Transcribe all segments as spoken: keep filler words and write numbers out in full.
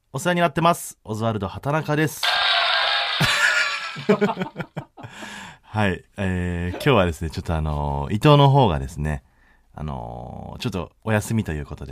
お世話になってます。オズワルド畑中です。はい、えー、今日はですね、ちょっとあのー、伊藤の方がですね、あのー、ちょっとお休みということで。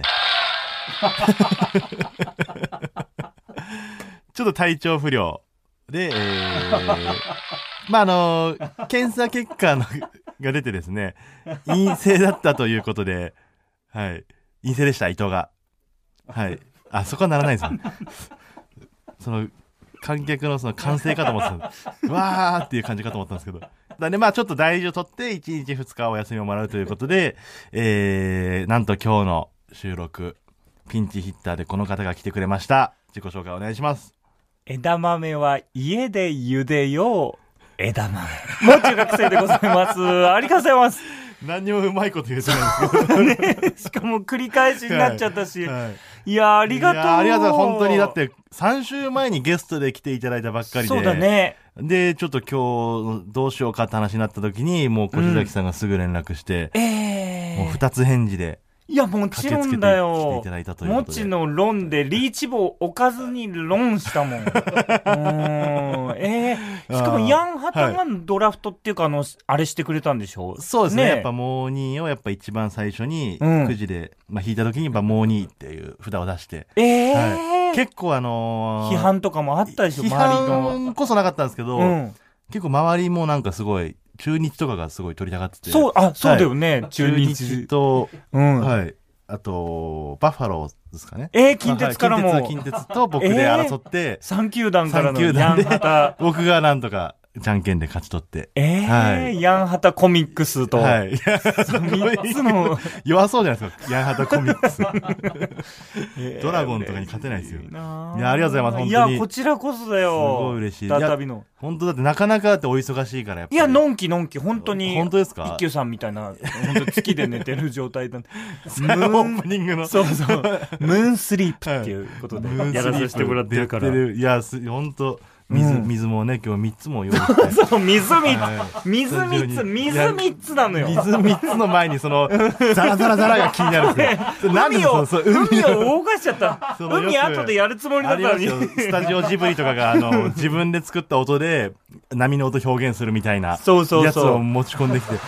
ちょっと体調不良で、えー、まあ、あのー、検査結果のが出てですね、陰性だったということで、はい、陰性でした、伊藤が。はい。あ、そこはならないですよ。その、観客のその歓声かと思ってたんです。わーっていう感じかと思ったんですけど。だね、まあちょっと大事を取っていちにちふつかお休みをもらうということで、えー、なんと今日の収録、ピンチヒッターでこの方が来てくれました。自己紹介お願いします。 枝豆は家で茹でよう。枝豆。もう中学生でございます。ありがとうございます。 何にもうまいこと言えてないんですけど。 ね、しかも繰り返しになっちゃったし。はいはい、いやーありがとう。いやありがとう。本当にだってさん週前にゲストで来ていただいたばっかりで。 そうだね。 で、ちょっと今日どうしようかって話になった時に、もう小崎さんがすぐ連絡して、うん、えー、もう二つ返事で。 いや、もちろんだよ。もちの論でリーチ棒置かずに論したもん。うーん、えー、しかもヤンハタがドラフトっていうか、あの、あれしてくれたんでしょ？ そうですね。ね、やっぱモーニーをやっぱ一番最初にくじで、うん、まあ引いた時にやっぱモーニーっていう札を出して。 えーはい、 結構あのー、 批判とかもあったでしょ、 周りの。批判こそなかったんですけど、うん、結構周りもなんかすごい、中日とかがすごい取りたがってて。 そう、あ、そうだよね、はい、 中日。中日と、うん、はい。あと、バファローですかね。 えー、近鉄からも。 近鉄、近鉄と僕で争って、 えー、さん球団からのヤンハタ。 僕がなんとか、じゃんけんで勝ち取って。 えー、はい、ヤンハタコミックスと。はい。みっつの。 弱そうじゃないですか、ヤンハタコミックス。えー、ドラゴンとかに勝てないですよ。いや、ありがとうございます、本当に。 いや、こちらこそだよ。 すごい嬉しい。 再びの。 本当だってなかなかだってお忙しいからやっぱり。 いや、のんきのんき、本当に。 本当ですか？ 一休さんみたいな、本当月で寝てる状態だ。 ムーン、オープニングの。 そうそう。ムーンスリープっていうことでやらさせてもらってるから。 いや、本当。水、うん、水もね、今日みっつも用意して。 そう、水みっつ。水みっつ、水みっつなのよ。 水みっつの前に、その、ザラザラザラが気になるんですよ。 海を、海を動かしちゃった。海後でやるつもりだったのに。 スタジオジブリとかが、あの、自分で作った音で、波の音表現するみたいな、そうそうそう。やつを持ち込んできて。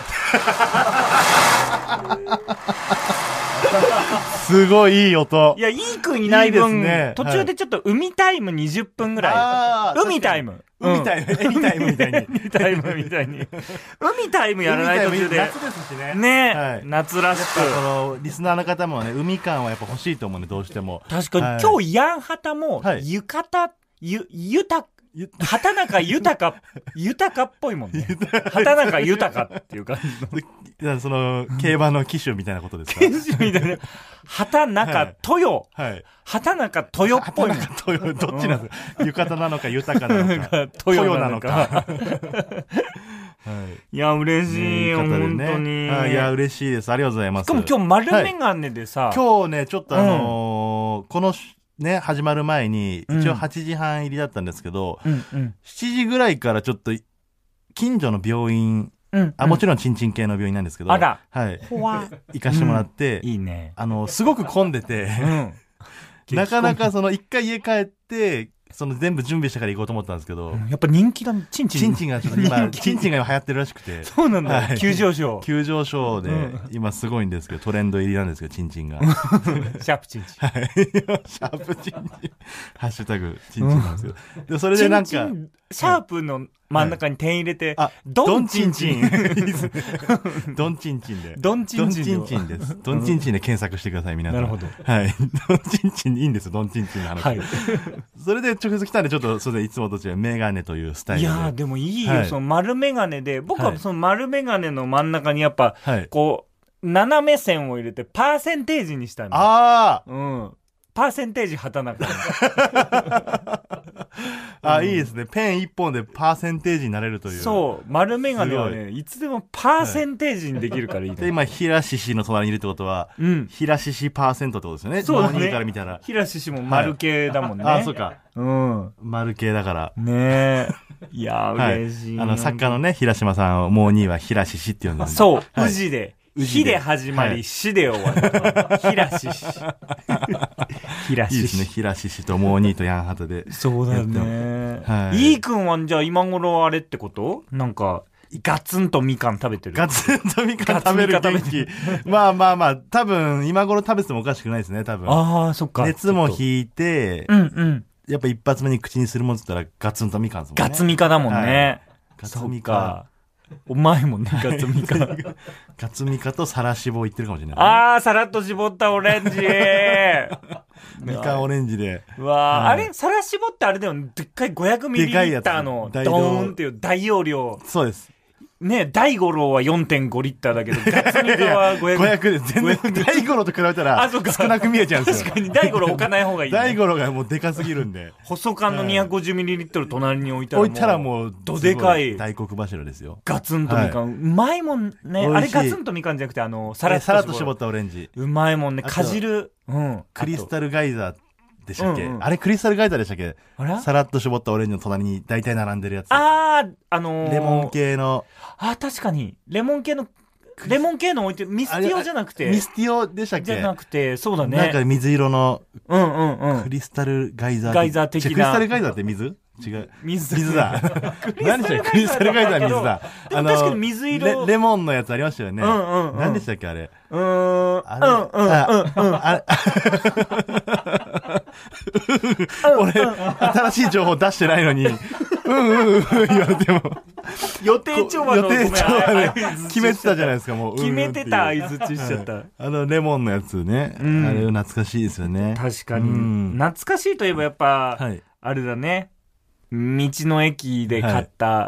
すごいいい音。 いや、いい句にない分、いいね、途中でちょっと海タイムにじゅっぷんぐらい。海タイム。 海タイム、エニタイムみたいに。 海タイムみたいに。海タイムやらない途中で。 夏ですしね。 ね、はい、夏らしく。 このリスナーの方もね、海感はやっぱ欲しいと思うね、どうしても。 確かに、はい、今日ヤンハタも、浴衣、ゆ、ゆた、畑中豊、豊っぽいもんね。畑中豊っていう感じの。その、競馬の騎手みたいなことですか？ 騎手みたいな。畑中豊。はい。畑中豊っぽい。 畑中豊、どっちなんですか？浴衣なのか豊かなのか。豊なのか。はい。 いや、嬉しいよ、本当に。 いや、嬉しいです。ありがとうございます。 しかも今日丸メガネでさ。 今日ね、ちょっとあの、この、ね、始まる前に、一応はちじはん入りだったんですけど、うんうん、しちじぐらいからちょっと、近所の病院、うんうん、あもちろんチンチン系の病院なんですけど、 あら、 はい。行かしてもらって、 うん、いいね。 あの、すごく混んでて、うん、なかなかその、一回家帰って、その全部準備したから行こうと思ったんですけど、 うん、やっぱ人気だね、チンチン。 チンチンがちょっと今、チンチンが今流行ってるらしくて。 そうなんだ、はい、急上昇。 急上昇で、うん、今すごいんですけど、トレンド入りなんですけど、チンチンが。 シャープチンチン。 はい。シャープチンチン。ハッシュタグ、チンチンなんですけど。うん、でそれでなんか、チンチンシャープの真ん中に点入れて、はい、あ、 ドンチンチン。いいですね。ドンチンチンで。 ドンチンチン。 ドンチンチンです。ドンチンチンで検索してください、皆さん。 なるほど。 はい。ドンチンチンいいんですよ、ドンチンチンの話。はい。それで直接来たんで、ちょっと、それでいつもと違うメガネというスタイルで。 いやー、でもいいよ、はい、その丸メガネで、僕はその丸メガネの真ん中にやっぱ、はい、こう、斜め線を入れてパーセンテージにしたの。 ああ。 うん。パーセンテージ畑中。 あ、いいですね。ペン一本でパーセンテージになれるという。 そう。丸メガネはね、いつでもパーセンテージにできるからいい、ね。 で、今、平獅子の隣にいるってことは、うん。平獅子パーセントってことですよね。 そうだね。 から見たら。 平獅子も丸系だもんね。 はい、あ、そうか。 うん。 丸系だから。 ねえ。いやー、嬉しい。 あの、作家のね、平島さんをもうにいは平獅子って呼んでるんで。 そう。富士で。 ひで始まり、しで終わる。ひらしし。ひらしし。 いいですね。ひらししとモーニーとヤンハタで。 そうだね。 はい。 いいくんはじゃあ今頃あれってこと？なんか、ガツンとみかん食べてる。 ガツンとみかん食べる元気。まあまあまあ、多分今頃食べててもおかしくないですね、多分。 ああ、そっか。 熱も引いて、 うんうん。 やっぱ一発目に口にするもんって言ったらガツンとみかんですもんね。 ガツミカだもんね。はい、 ガツミカ。 うまいもんね、ガツミカ。 ガツミカとサラシボいってるかもしれない、ね。 ああ、さらっと絞ったオレンジ。 みかんオレンジで。 うわ、はい、あれ、さらしぼってあれだよね。でっかいごひゃくミリリッターのドーンっていう大容量。 そうです。 ね、大五郎は よんてんごリッターだけど、ガツミカはごひゃく。 ごひゃくで全然大五郎と比べたら少なく見えちゃうんですよ。 確かに大五郎置かない方がいい、ね。 大五郎がもうでかすぎるんで。 細缶の にひゃくごじゅうミリリットル 隣に置いたらもう。 置いたらもう、 どでかい。 大黒柱ですよ。 ガツンとみかん。はい、うまいもんね。あれガツンとみかんじゃなくて、あの、 さらっと絞ったオレンジ。 うまいもんね。かじる。うん。 クリスタルガイザー。でしたっけ、うんうん、あれクリスタルガイザーでしたっけ？さらっと絞ったオレンジの隣に大体並んでるやつ。 あー、あのー、 レモン系の。 あー、確かに。レモン系の、レモン系の置いてる。ミスティオじゃなくて。 ミスティオでしたっけ？ じゃなくて、そうだね。 なんか水色の。 うんうんうん。 クリスタルガイザー。 ガイザー的な。 クリスタルガイザーって水？違う。 水。 水だ。何でしたっけ？クリスタルガイザー水だ。 あの、確かに水色レ。レモンのやつありましたよね。 うんうんうん。 何でしたっけあれ。 うーん。あれ。うんうんうんうん。あれ。 俺、新しい情報出してないのに、うんうんうん言われても。 予定調和の予定調和で決めてたじゃないですか、もう。 決めてた相づちしちゃった。 あの、レモンのやつね。あれ懐かしいですよね。 確かに。懐かしいといえばやっぱ、あれだね。道の駅で買った、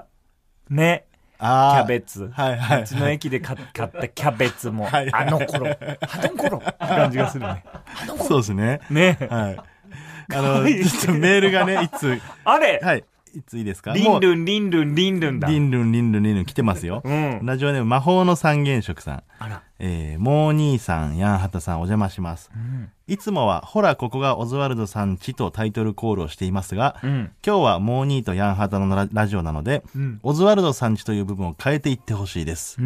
ね。キャベツ。 はいはい。 道の駅で買ったキャベツも、あの頃、あの頃って感じがするね。 そうですね。 ね。 はい。あの、ちょっとメールがね、いつ。 あれはい。いついいですか？ リンルン、リンルン、リンルンだ。 リンルン、リンルン、リンルン来てますよ。うん。ラジオネーム、魔法の三原色さん。 あら。 えー、モーニーさん、ヤンハタさん、お邪魔します。うん、いつもは、ほら、ここがオズワルドさんちとタイトルコールをしていますが、うん、今日はモーニーとヤンハタの ラ, ラジオなので、うん、オズワルドさんちという部分を変えていってほしいです。うん。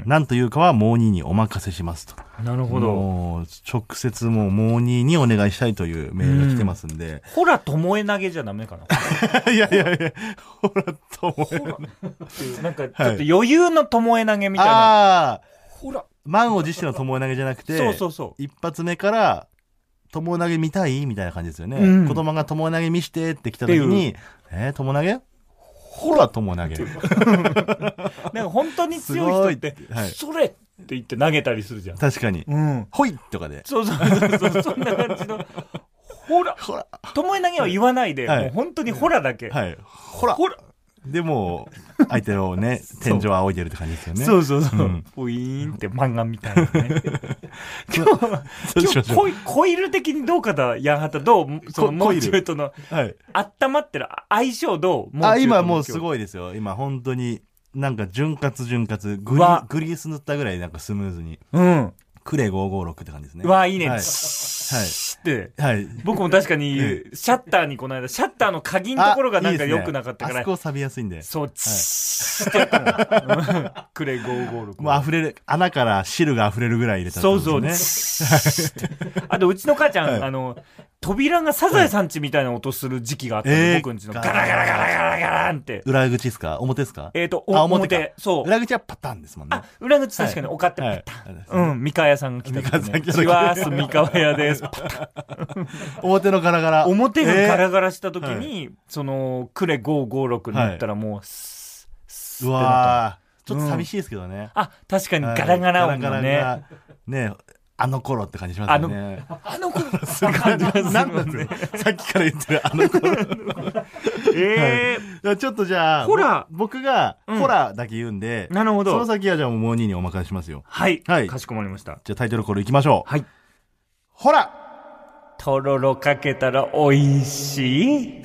なんというかは、モーニーにお任せしますと。 なるほど。 もう、直接もう、モーニーにお願いしたいというメールが来てますんで。うん、 ほら、ともえ投げじゃダメかな。 いやいやいや、ほら、ともえ。 なんか、ちょっと余裕のともえ投げみたいな。 ああ。 ほら。 満を持してのともえ投げじゃなくて、 そうそうそう。 一発目から、ともえ投げ見たいみたいな感じですよね。うん、子供がともえ投げ見してって来た時に、えー、とも投げほら、とも投げ。 なんか本当に強い人って、はい、それって言って投げたりするじゃん。 確かに。うん。ほいとかで。 そうそうそうそう、そんな感じの。ほら、ほら。ともえ投げは言わないで、はい、もう本当にほらだけ。 はい。ほら。ほら。でも、相手をね、天井を仰いでるって感じですよね。 そうそうそう。うん、ポイーンって漫画みたいなね。今日、今日コイ、コイル的にどうかだ、ヤンハタ、どうその、モーチュートの、はい、温まってる相性どうあ、今もうすごいですよ。今本当に、なんか潤滑潤滑、グリグリース塗ったぐらいなんかスムーズに。うん。クレごひゃくごじゅうろくって感じですね。 うわ、いいね。 はい。 って、はい、僕も確かにシャッターにこの間シャッターの鍵のところがなんか良くなかったから、 あそこ錆びやすいんで、 そうチッってやったの。クレごひゃくごじゅうろくもう溢れる、穴から汁が溢れるぐらい入れたんですね。 そうそう。あとうちの母ちゃん、はい、あの扉がサザエさんちみたいな音する時期があったの、はい、僕んちのガラガラガラガラガランって。 裏口ですか？表ですか？ えっと、あ、表。表そう。 裏口はパターンですもんね。 あ、裏口確かにおかってパターン。はい、うん、三河屋さんが来た時ね。チワース三河屋です。パターン。 表のガラガラ。 表がガラガラした時に、えー、その、クレごひゃくごじゅうろくになったらもう、スッ、スッうわー。ちょっと寂しいですけどね。うん、 あ、確かにガラガラ音がね。ガラガラね、あの頃って感じしますよね。 あの、あの頃って感じますなんなんね。さっきから言ってるあの頃。ええー。ちょっとじゃあ、 ほら僕が、ほらだけ言うんで、 なるほど。 その先はじゃあもうモーニーにお任せしますよ。 はい。はい。かしこまりました。 じゃあタイトルコールいきましょう。 はい。 ほらとろろかけたらおいしい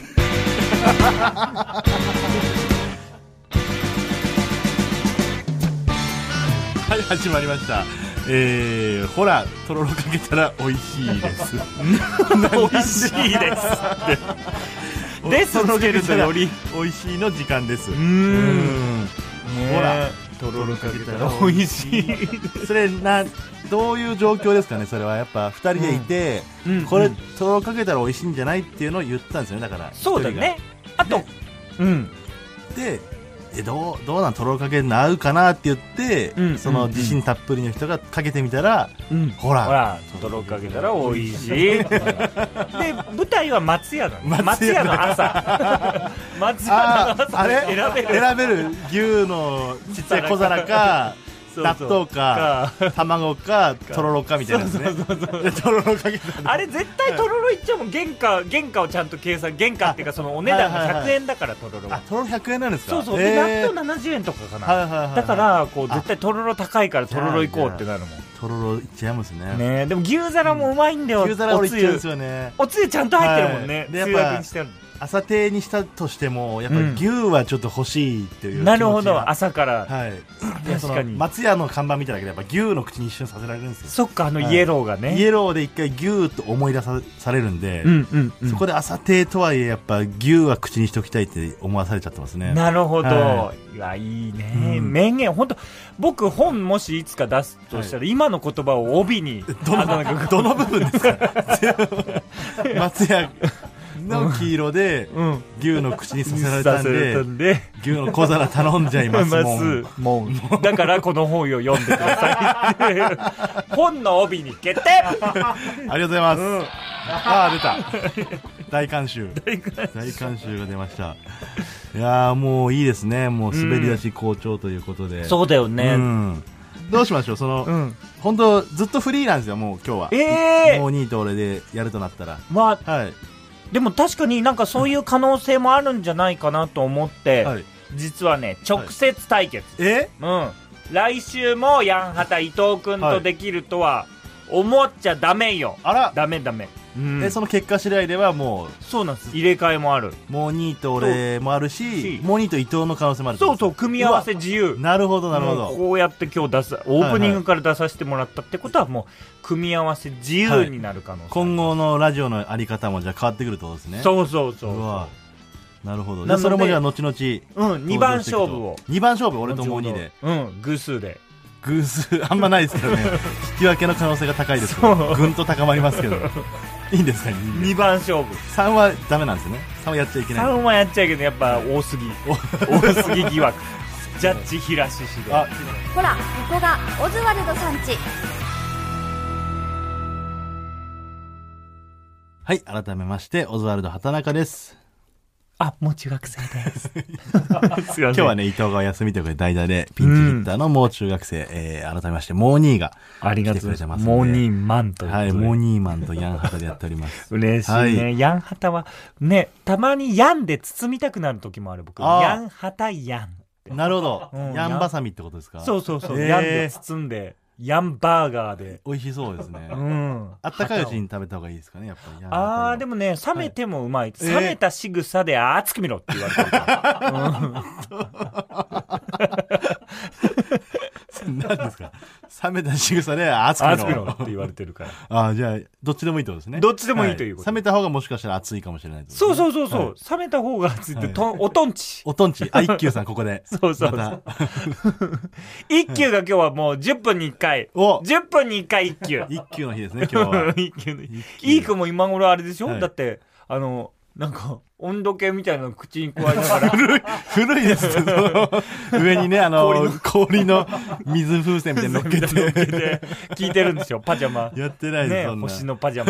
はい、始まりました。えー、ほら、とろろかけたら美味しいです。 美味しいです。ですつけるとより美味しいの時間です。うーん。ほら、 とろろかけたら美味しい。 それな、どういう状況ですかね。それはやっぱふたりでいて、うん、これ、うん、とろろかけたら美味しいんじゃないっていうのを言ったんですよね。だからそうだね。あと、うんでえどうどうなんとろろかけに合うかなって言って、うん、その自信たっぷりの人がかけてみたら、うん、ほらほらとろろかけたら美味しい。で舞台は松屋だね。松屋の朝。松屋の朝あれ選べる選べる牛のちっちゃい小皿か。納豆か卵かとろろかみたいなですね。とろろかけたあれ絶対とろろいっちゃうもん。原価原価をちゃんと計算、原価っていうかそのお値段がひゃくえんだからとろろは。 あ、とろろひゃくえんなんですか。 そうそう。で納豆ななじゅうえんとかかな。だからこう絶対とろろ高いからとろろ行こうってなるもん。 とろろいっちゃいますね。 ね、でも牛皿もうまいんだよ。 牛皿俺いっちゃうんですよね。 おつゆちゃんと入ってるもんね。 でやっぱ朝定にしたとしてもやっぱり牛はちょっと欲しいっていう気持ちが、 なるほど。朝から、 はい、確かに松屋の看板見ただけでやっぱ牛の口に一瞬させられるんですよ。 そっか、あのイエローがね、 はい、イエローで一回牛と思い出さされるんで、うんうんうん、そこで朝定とはいえやっぱ牛は口にしておきたいって思わされちゃってますね。 なるほど、はい、いやいいね、うん、名言。本当僕本もしいつか出すとしたら、はい、今の言葉を帯にどのどの部分ですか。松屋の黄色で、うん、牛の口にさせられたん で, んで牛の小皿頼んじゃいますもんもんだからこの本を読んでください。本の帯に決定。 ありがとうございます、うん、あー出た。大監修大監修が出ました。いやーもういいですね。もう滑り出し好調ということで、 うん、そうだよね、うん、 どうしましょう。その、うん、本当ずっとフリーなんですよもう今日は。えー、もうにと俺でやるとなったら、 まあ、はい、でも確かになんかそういう可能性もあるんじゃないかなと思って、はい、実はね直接対決、はい、え、うん、来週もヤンハタ伊藤君とできるとは思っちゃダメよ。あらダメダメ、 うん、えその結果次第ではもうそうなんです。入れ替えもある。 もうにと俺もあるし、もうにと伊藤の可能性もある。 そうそう、組み合わせ自由。 なるほどなるほど。 こうやって今日出すオープニングから出させてもらったってことはもう組み合わせ自由になる可能性、はい、 今後のラジオのあり方もじゃあ変わってくるってことですね。 そうそうそう。うわなるほど。でそれもじゃあ後々 うんにばん勝負をにばん勝負俺ともうにでうん偶数で偶数あんまないですけどね。引き分けの可能性が高いですけどぐんと高まりますけどいいんですか。 にばん勝負さんはダメなんですね。さんはやっちゃいけない。 さんはやっちゃいけない。やっぱ多すぎ多すぎ疑惑。ジャッジ平志氏であほらここがオズワルドさんち。 はい、改めましてオズワルド畑中です。 あ、もう中学生です今日はね伊藤がお休みということで代打でピンチヒッターのもう中学生、うんえー、改めましてモーニーが来てくれてますので、 モーニーマンということで、 はい、モーニーマンとヤンハタでやっております嬉しいね、はい、ヤンハタはねたまにヤンで包みたくなる時もある。僕ヤンハタヤン。 なるほど、うん、ヤンバサミってことですか。 そうそうそう、えー、ヤンで包んでヤンバーガーで美味しそうですね、うん、あったかいうちに食べた方がいいですかねやっぱり。 あーでもね冷めてもうまい、はい、冷めた仕草で熱く見ろって言われてるから、 うん、何ですか冷めた仕草で熱く見ろって言われてるからあじゃあどっちでもいいってことですね。 どっちでもいいということ、 はい、冷めた方がもしかしたら熱いかもしれない、ね、 そうそうそうそう、はい、冷めた方が熱いって、はい、おとんちおとんちあ一休さんここでそうそうそう、ま、一休が今日はもうじゅっぷんにいっかいおじゅっぷんにいっかい一休一休の日ですね今日は一休の日いい子も今頃あれでしょ、はい、だってあのなんか温度計みたいなの口に加えながら古い古いですけど上にねあの氷 の, 氷の水風船みたいなの乗っけて聞いてるんですよ。パジャマやってないです、 ね、そんな星のパジャ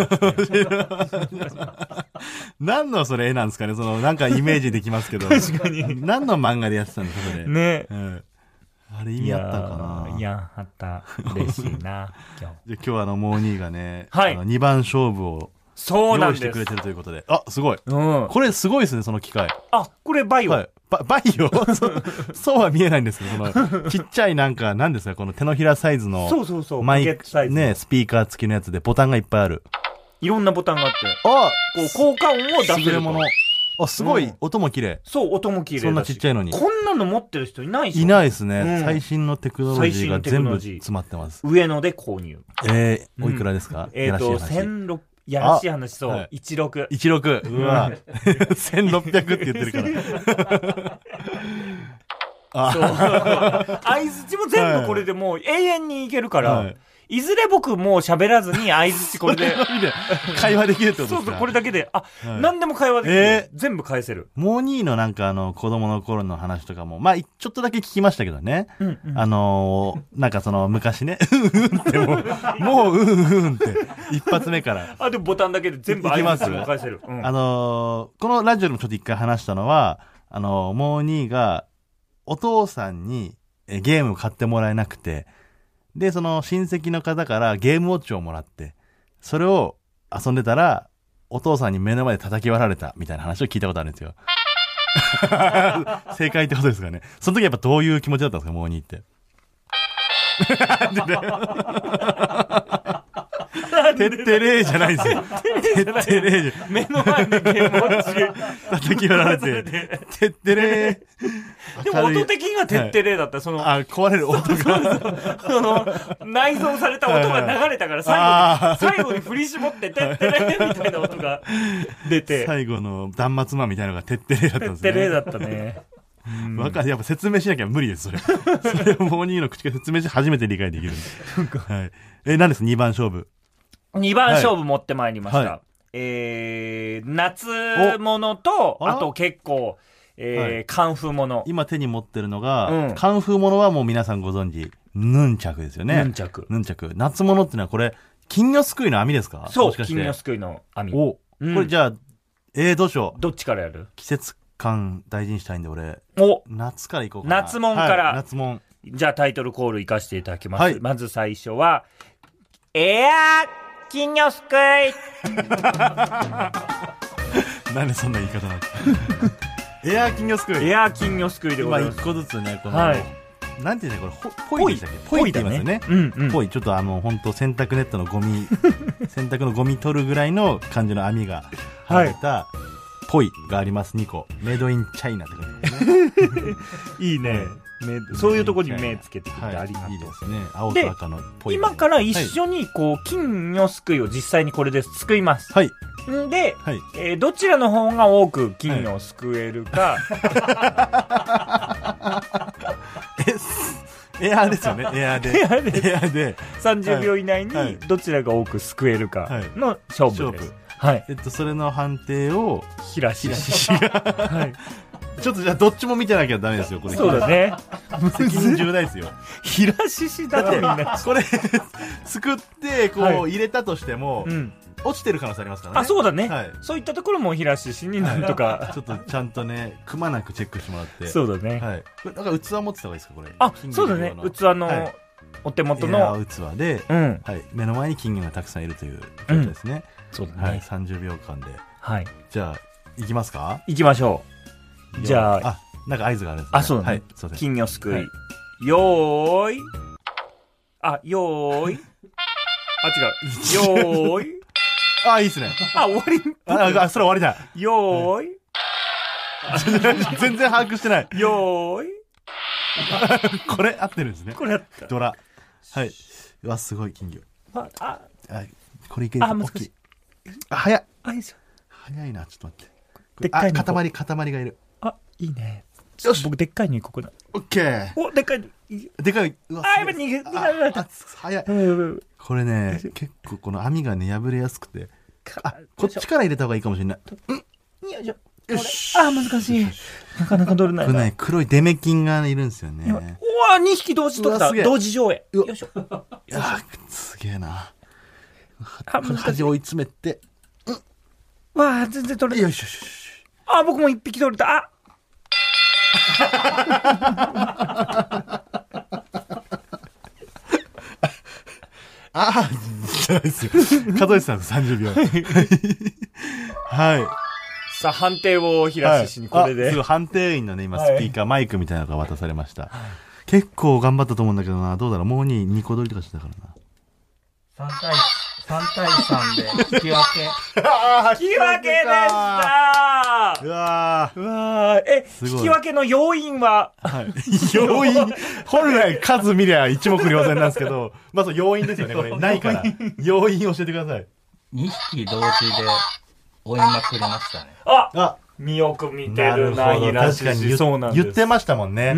マ何のそれ絵なんですかね。そのなんかイメージできますけど確かに何の漫画でやってたんですかそれね、うん、あれ意味あったかな。 ヤンハタ嬉しいな今日。じゃあ今日はあのモーニーがね、 はい、 あのにばん勝負をそうなんです用意してくれてるということで、あすごい、うん、これすごいですねその機械。 あこれバイオ、はい、 バ, バイオそ, そうは見えないんですけどそのちっちゃいなんかなんですかこの手のひらサイズのそうそうそうマイクねスピーカー付きのやつでボタンがいっぱいある。 いろんなボタンがあってあこう効果音を出せるもの。 あすごい、うん、音も綺麗。 そう音も綺麗だしそんなちっちゃいのにこんなの持ってる人いないし。 いないですね、うん、最新のテクノロジーが全部詰まってます。 上野で購入。 えー、おいくらですか、うん、 えっ、ー、とせんろっぴゃくやらしい話そう、はい、じゅうろくじゅうろくうわせんろっぴゃくって言ってるからそう相づちも全部これでもう永遠にいけるから、はい、いずれ僕もう喋らずに相づちこれで会話できるってことですか？ そうそう、これだけで、あ、はい、何でも会話できる、えー、全部返せる。 モーニーのなんかあの子供の頃の話とかもまあちょっとだけ聞きましたけどね、うんうん、あのー、なんかその昔ねうんうんってもうもううんうんって一発目からあでもボタンだけで全部相づちも返せる、うん、 あのー、このラジオでもちょっと一回話したのはあのー、モーニーがお父さんにゲームを買ってもらえなくて、で、その親戚の方からゲームウォッチをもらって、それを遊んでたら、お父さんに目の前で叩き割られたみたいな話を聞いたことあるんですよ。正解ってことですかね。その時やっぱどういう気持ちだったんですか、モーニーって。てってれーじゃないですよ。てってれーじゃ。 目の前でゲームウォッチ叩き割られて、てってれー。 でも音的にはてってれーだった。その、 あ、壊れる音が。 その、内蔵された音が流れたから、最後に、最後に振り絞って、てってれーみたいな音が出て。 最後の断末魔みたいなのがてってれーだったんですね。 てってれーだったね。 わかる。やっぱ説明しなきゃ無理です、それ。それをモーニーの口から説明して初めて理解できるんです。はい。え、何ですにばん勝負。 にばん勝負持ってまいりました。はい、えー、夏ものと、あと結構、えーはい、カンフーもの。 今手に持ってるのが、うん、カンフーものはもう皆さんご存知、ヌンチャクですよね。 ヌンチャク。 ヌンチャク。夏ものってのはこれ、金魚すくいの網ですか？ そう、金魚すくいの網。 お、うん、これじゃあ、えー、どうしよう。 どっちからやる？ 季節感大事にしたいんで俺。 お、 夏からいこうかな。 夏もんから。 はい、夏もん。 じゃあタイトルコール行かせていただきます。はい、まず最初は、エアー金魚すくいなんでそんな言い方なんですか？エアー金魚すくい。 エアー金魚すくいでございます。 今一個ずつね、この、 はい、 なんていうのこれ、ポイでしたっけ？ポイって言いますよね。 うんうん。 ポイ、ちょっとあの、本当洗濯ネットのゴミ、洗濯のゴミ取るぐらいの感じの網が入った、はい、ポイがあります、にこ。メイドインチャイナって感じですね。 いいね。そういうところに目つけてきてありがとう。 いいですね。青と赤のポイ。 今から一緒にこう金魚すくいを実際にこれですくいます。 はい。 んで、はい、えー、どちらの方が多く金魚をすくえるか。 はい、エアーですよね。エアーで。 エアーで。 エアーで。 さんじゅうびょう以内にどちらが多くすくえるかの勝負です。 はい。えっと、それの判定を、 平し氏が。はい。ちょっとじゃあどっちも見てなきゃダメですよ、これ。 そうだね。 責任重大ですよ。 平し氏だってみんな。 これ、すくって、こう、はい、入れたとしても、うん、落ちてる可能性ありますからね。 あ、そうだね。はい、そういったところも平し氏になんとか。 ちょっとちゃんとね、くまなくチェックしてもらって。 そうだね。 はい。これ、だから器持ってた方がいいですか、これ。 あ、そうだね。器の、はい、お手元の。 器で、うん、はい。目の前に金魚がたくさんいるという状態ですね。 うん、そうだね。はい。 さんじゅうびょうかんで。 はい。 じゃあ、行きますか？ 行きましょう。じゃあ、 あ、なんか合図があるんですね。 あ、そうだね。はい、そうです。金魚すくい。はい、よーい。あ、よーい。あ、違う。よーい。 あ、いいっすね。 あ、終わり。 あ、あ、それ終わりだ。 よーい。 全然把握してない。 よーい。 これ合ってるんですね。 これ合った。 ドラ。はい。うわ、すごい金魚。 あ、あ、 これいける。 あ、難しい。 あ、早い。 あ、いいですよ。 早いな、ちょっと待って。 でっかいの。 塊、塊がいる。 あ、いいね。よし、僕でっかいのここだ。 オッケー。 お、でっかいの。 でかい。 うわ、あ、やばい、逃げ、逃げられた。 早い。これね、結構この網がね、破れやすくて。あ、こっちから入れた方がいいかもしれない。 うん。よいしょ。よし。あ、難しい。なかなか取れない。 これね、黒いデメキンがいるんですよね。 うわ、にひき同時取った。同時上映。よいしょ。 あ、すげえな。端追い詰めて。 わあ、全然取れない。 よしよしよし。 あ、僕も一匹取れた。ああじゃないですよ。門内さんさんじゅうびょう。はい。 さあ、判定を平志氏にこれで。 はい、判定員のね、今スピーカー、はい、マイクみたいなのが渡されました。はい、結構頑張ったと思うんだけどな。どうだろう、もうに、にこ取りとかしてたからな。 さんたいさんたいさんで引き分け。引き分けでしたうわー。うわー。え、引き分けの要因は、 はい、要因、本来数見りゃ一目瞭然なんですけど、まず要因ですよね、これ。ないから。要因教えてください。 にひき同時で追いまくりましたね。 ああみよく見てるな、いらっしゃる。そうなんです。 言ってましたもんね。うん。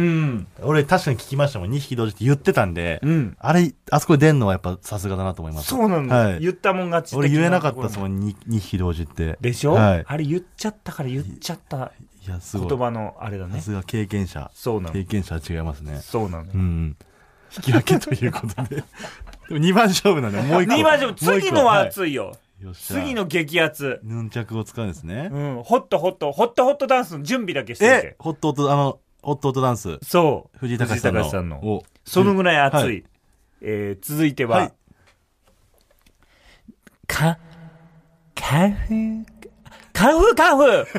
俺確かに聞きましたもん。にひき同時って言ってたんで。うん。あれ、あそこで出んのはやっぱさすがだなと思います。 そうなんだ。はい。言ったもん勝ち。 俺言えなかったですもん、にひき同時って。 でしょ？はい。あれ言っちゃったから言っちゃった。いや、すごい。言葉のあれだね。 さすが経験者。そうなの。経験者は違いますね。 そうなの。 うん。引き分けということで。でもにばん勝負なんで、もう一個。 にばん勝負。次のは熱いよ。次の激アツ。 ヌンチャクを使うんですね。 うん。ホットホット、ホットホットダンスの準備だけしてて。えホットホット、あの、ホットホットダンス。 そう。 藤井隆さんの。 藤井隆さんの。そのぐらい熱い。はい、えー、続いては、はい、か、カンフー、カンフーカンフー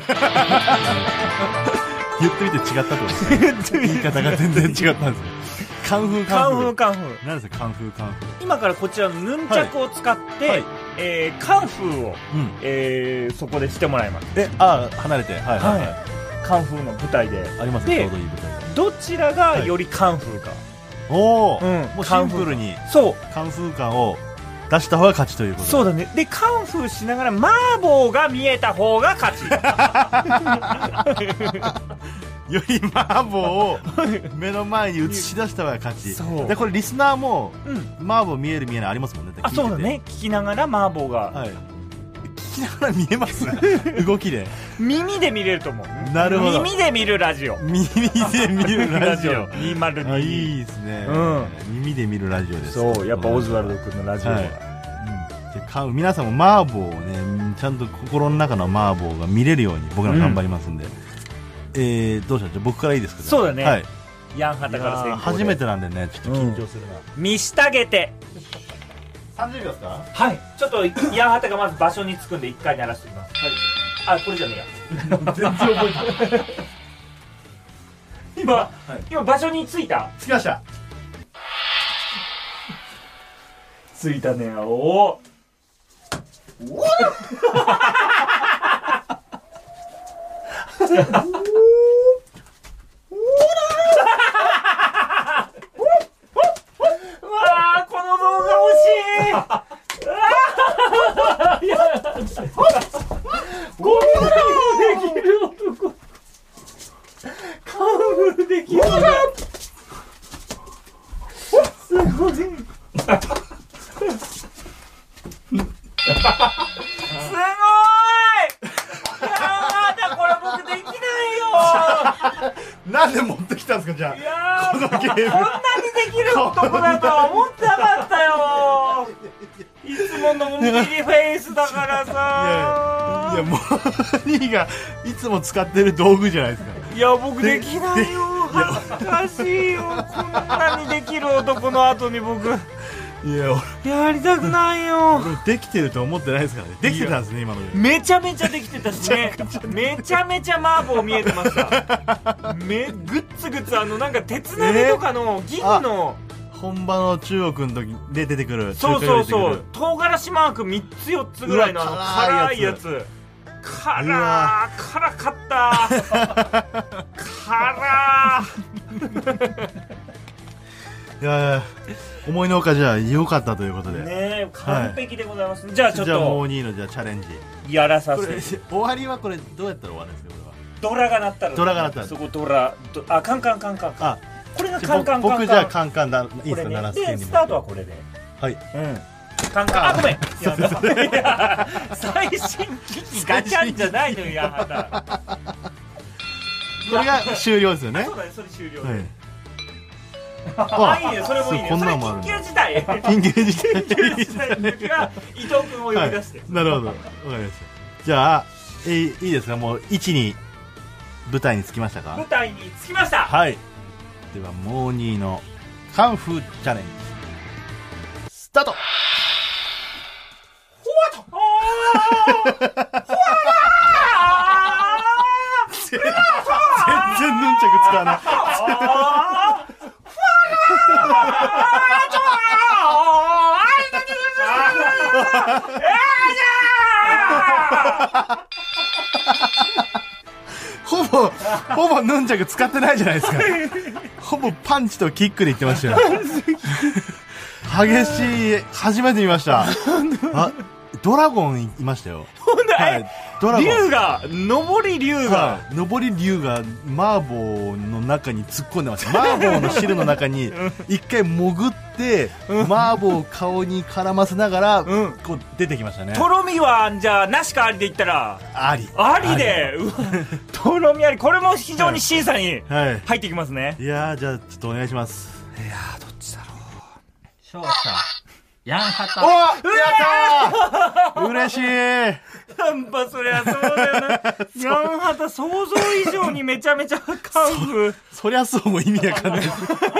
言ってみて違ったと思うんですね。言い方が全然違ったんですね。カンフーカンフー。 カンフーカンフー。 何ですかカンフーカンフー。 今からこちらのヌンチャクを使って、はいはい、えー、カンフーを、うん、えー、そこでしてもらいます。 え、ああ、離れて。はいはいはい。はい、 カンフーの舞台で。 ありますね、ちょうどいい舞台で。 どちらがよりカンフーか。はい、 おお、うん、もうシンプルに、そう。カンフー感を出した方が勝ちということで。 そうだね。で、カンフーしながら麻婆が見えた方が勝ち。 より麻婆を目の前に映し出した方が勝ち。そうでこれリスナーも、うん、麻婆見える見えないありますもんね。 あ、そうだね。聞きながら麻婆が、はい、 聞きながら見えます動きで耳で見れると思う。 なるほど。 耳で見るラジオ。 耳で見るラジオにひゃくにじゅうに。あ、 いいですね、うん、耳で見るラジオです。 そうやっぱオズワルド君のラジオが、はい、 うん、皆さんも麻婆をねちゃんと心の中の麻婆が見れるように僕ら頑張りますんで、うん、えー、どうしよう。じゃあ僕からいいですか。 そうだね、 はい、 ヤンハタから先行で。 初めてなんでねちょっと緊張するな、 うん、見したげてさんじゅうびょうですか。 はい、ちょっとヤンハタがまず場所に着くんでいっかい鳴らしておきます。はい、あ、これじゃねえや全然覚えてない今、はい、今場所に着いた。 着きました。 着いたね。おおおなんで持ってきたんですかじゃあ。いやこのゲームこんなにできる男だとは思ってなかったよ。いつものモニーフェイスだからさ。 いやいや、モニーがいつも使ってる道具じゃないですか。 いや僕できないよ。恥ずかしいよ。こんなにできる男の後に僕いややりたくないよ。 できてると思ってないですからね。できてたんですね今の。 めちゃめちゃできてたしね。めちゃめちゃ麻婆見えてました。めグッツグツあのなんか鉄鍋とかのギフの、 えー、本場の中国の時で出てくる。 そうそうそう唐辛子マークみっつよっつぐらいのあの辛いやつ。辛ー辛かった辛ーいやいや思いのほかじゃあ良かったということでね。完璧でございます、はい、じゃあちょっとじゃあもうにのじゃあチャレンジやらさせて。 終わりはこれどうやったら終わるんですか。これはドラが鳴ったらドラが鳴ったらそこドラドあカンカンカンカンあこれがカンカンカンカン。 僕じゃあカンカンだいいですか。鳴らすでスタートはこれではい、 うんカンカンあごめんいや最新機器ガチャンじゃないのよ。やはこれが終了ですよね。 そうだねそれ終了で、はいあ、いいね、それもいいね。それ緊急事態緊急事態緊急事態の時は伊藤君を呼び出して、はい、 なるほどわかりました。じゃあ、えー、いいですか。もういちに舞台に着きましたか。 舞台に着きました。 はい、ではモーニーのカンフーチャレンジスタート。 ほわっと全然ヌンチャク使わないほぼほぼヌンチャク使ってないじゃないですか。ほぼパンチとキックで言ってましたよ。激しい。初めて見ました。あドラゴンいましたよ。 ほんではい、竜が上り竜が、 はい、上り竜が麻婆の中に突っ込んでました。麻婆の汁の中に一回潜って麻婆を顔に絡ませながら、うん、こう出てきましたね。 とろみはじゃあなしかありで言ったらありありでとろみあり、これも非常に審査に入ってきますね、はいはい、いやーじゃあちょっとお願いします。 いやーどっちだろう。 勝者ヤンハタ。 おやったー嬉しい。やっぱそりゃそうだよな。ヤンハタ想像以上にめちゃめちゃカンフー。 そ, そりゃそうも意味わかんない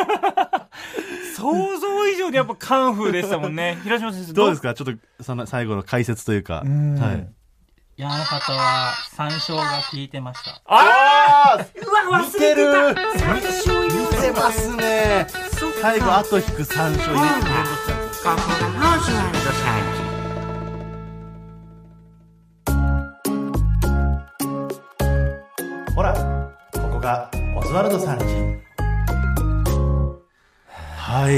想像以上にやっぱカンフーでしたもんね。平島先生どうですか、ちょっとその最後の解説というか。はい。 ヤンハタは山椒が効いてました。 ああうわ忘れてた。 山椒入れてますね。最後後引く山椒入れてる。ここがオズワルドさんち。ほらここがオズワルドさんち。はい、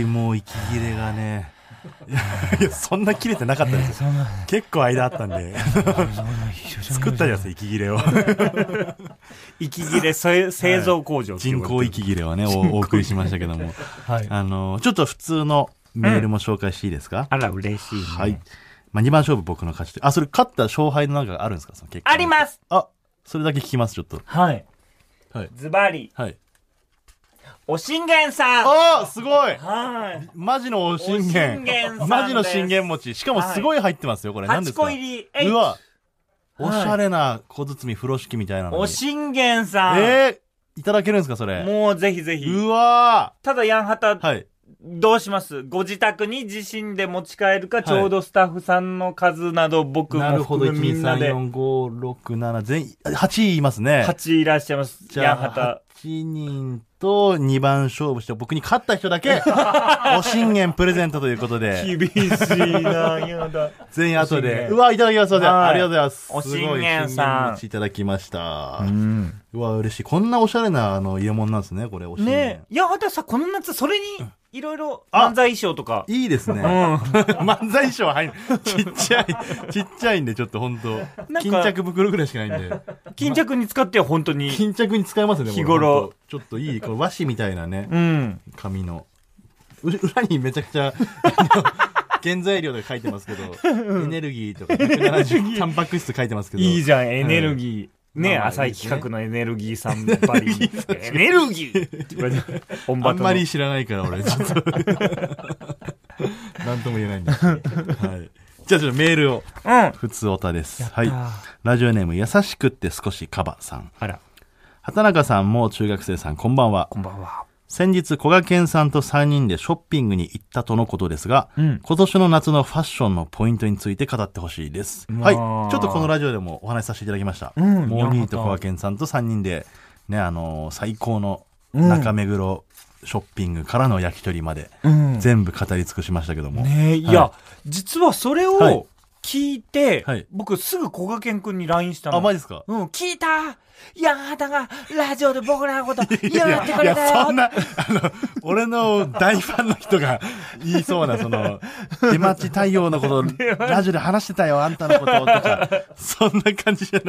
もう息切れがねいやそんな切れてなかったですよ、えー、結構間あったんで作ったやつ息切れを息切れ製造工場、 はい、人工息切れをねお送りしましたけども、はい、あのちょっと普通のメールも紹介していいですか、 うん、あら嬉しいね。 はい、まあ、にばん勝負僕の勝ちで、あそれ勝った勝敗のなんかあるんですか、その結果。 あります。 あそれだけ聞きますちょっと。 はいはい、 ズバリ、 はい、 お信玄さん。 あすごい、 はい、 マジのお信玄。 お信玄さんマジの信玄餅。しかもすごい入ってますよ、これ。何ですか。 はちこ入り。 うわ、おしゃれな小包風呂敷みたいなのに。 お信玄さん。 えー、いただけるんですか、それ。 もうぜひぜひ。 うわただヤンハタ、 はい、 どうします？ご自宅に自身で持ち帰るか、はい、ちょうどスタッフさんの数など僕も含めみんなで。なるほど、いち、に、さん、よん、ご、ろく、なな、全員、はちいいますね。 はちいらっしゃいます。ヤンハタ。はちにんとにばん勝負して僕に勝った人だけお信玄プレゼントということで。 厳しいな、やだ。 全員後で。うわ、いただきます。ありがとうございます。 お信玄さん。 お信玄餅いただきました。うん、うわ、嬉しい。こんなおしゃれなあの入れ物なんですね、これ。お信玄。 ねえ。いや、またさ、この夏、それに、いろいろ漫才衣装とか。 いいですね。うん、漫才衣装は入る。ちっちゃい、ちっちゃいんで、ちょっと本当巾着袋ぐらいしかないんで。 巾着に使っては本当に。 巾着に使えますね、 日頃。 ちょっといい、この和紙みたいなね。 うん。 紙の。裏にめちゃくちゃ、原材料で書いてますけど、エネルギーとかひゃくななじゅうタンパク質書いてますけど。 いいじゃん、エネルギー。はいね、まあまあ浅い企画のエネルギーさんばりエネルギーって言われてあんまり知らないから俺ちょっとなんとも言えないんです、はい、じゃあちょっとメールを、うん、ふつおたです。はい、ラジオネーム優しくって少しカバさん。 あら、 畑中さんも中学生さんこんばんは。 こんばんは。 先日小賀健さんとさんにんでショッピングに行ったとのことですが、うん、今年の夏のファッションのポイントについて語ってほしいです。はい、ちょっとこのラジオでもお話しさせていただきました。うん、モーニーと小賀健さんとさんにんでね、あのー、最高の中目黒ショッピングからの焼き鳥まで、うん、全部語り尽くしましたけども、 ね、はい、いや実はそれを聞いて、はい、僕すぐ小賀健くんに ライン したの。 あ、マジですか？ うん、聞いた。ヤンハタがラジオで僕らのこと言ってくれたよ。いやいや、 そんな、あの、俺の大ファンの人が言いそうな、その、出待ち対応のこと、ラジオで話してたよ、あんたのこととか、そんな感じじゃない。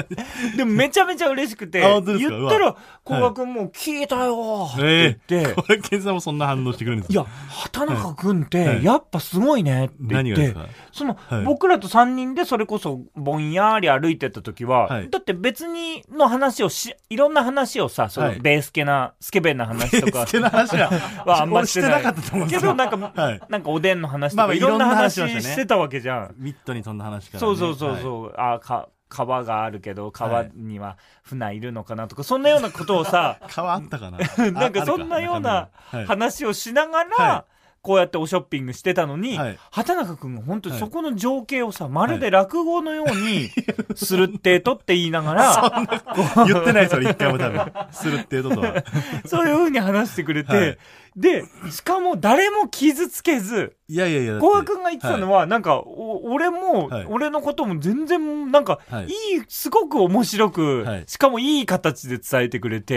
でもめちゃめちゃ嬉しくて、言ったら、小賀くんも聞いたよって言って、 小賀健さんもそんな反応してくれるんですか？ いや、畑中くんって、やっぱすごいねって言って、何がですか？その、はい、僕らとさんにんでそれこそぼんやり歩いてた時は、はい、だって別にの話をし、いろんな話をさ、そのベースケな、スケベな話とか、 スケな話はあんましてなかったと思うんですけど、なんか、はい、なんかおでんの話とか、まあ、いろんな話してたわけじゃん。 ミッドに飛んだ話から、ね。 そうそうそうそう、はい、あか川があるけど川には船いるのかなとか、そんなようなことをさ川あったかななんかそんなような話をしながら、はい、こうやっておショッピングしてたのに、はい、畑中くんが本当にそこの情景をさ、はい、まるで落語のようにするってとって言いながら、 そんな言ってないそれ一回も多分するってととはそういう風に話してくれて、はい、でしかも誰も傷つけず、 いやいやいや、 小賀くんが言ってたのは、はい、なんかお俺も、はい、俺のことも全然なんか、はい、いいすごく面白く、はい、しかもいい形で伝えてくれて、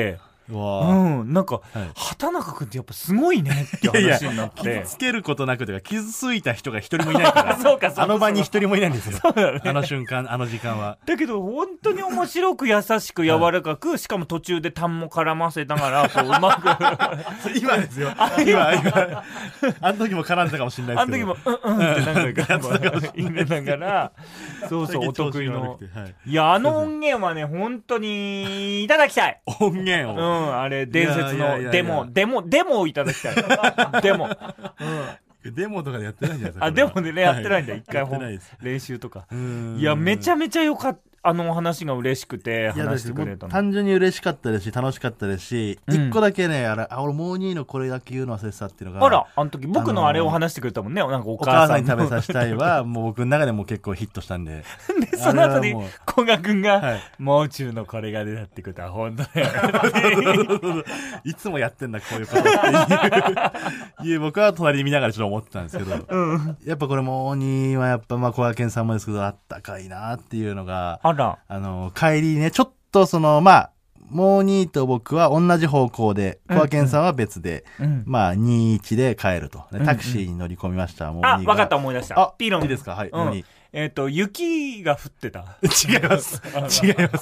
うわうん、なんか、 はい、 畑中君ってやっぱすごいねって話になって。 いやいや傷つけることなくというか、傷ついた人が一人もいないから。 そうか、そうか。 あの場に一人もいないんですよ。 そうだね。 あの瞬間、あの時間は。 だけど、本当に面白く優しく柔らかく、はい、しかも途中で痰も絡ませながら、こう、うまく。 今ですよ。今、今。あの時も絡んだかもしれないですけど。 あの時も、うんうんって何回か入れながら、そうそう、お得意の。はい、いや、あの音源はね、本当に、いただきたい。 音源を。 うん、あれ、伝説のデモ、デモ、デモをいただきたい。デモ。 うん。デモとかでやってないんじゃないですか。 あ、デモでね、やってないんだ、一回ほん。練習とか。いや、めちゃめちゃよかった。あの話が嬉しくて話してくれたの。 単純に嬉しかったですし楽しかったですし、一、うん、個だけね、あれ、あ、俺モーニーのこれだけ言うの忘れてたっていうのが、 あら、あの時僕のあれを話してくれたもんね。なんかお母さんお母さんに食べさせたいはもう僕の中でも結構ヒットしたんで。 でその後に古賀君が、はい、もう中のこれが出たってことは本当だよ。 いつもやってんだこういうことっていういう僕は隣に見ながらちょっと思ってたんですけど、うん、やっぱこれモーニーはやっぱまあ小賀健さんもですけどあったかいなっていうのが、 あら、 あの帰りね、ちょっとその、まあ、モーニーと僕は同じ方向で、小賀健さんは別で、うんうん、まあ、にいちで帰ると。タクシーに乗り込みました、うんうん、モーニーが。 あ、わかった、思い出した。 あ、ピーロン。いいですか、はい、うん、モーニー。 えっ、ー、と、雪が降ってた。 違います。違います。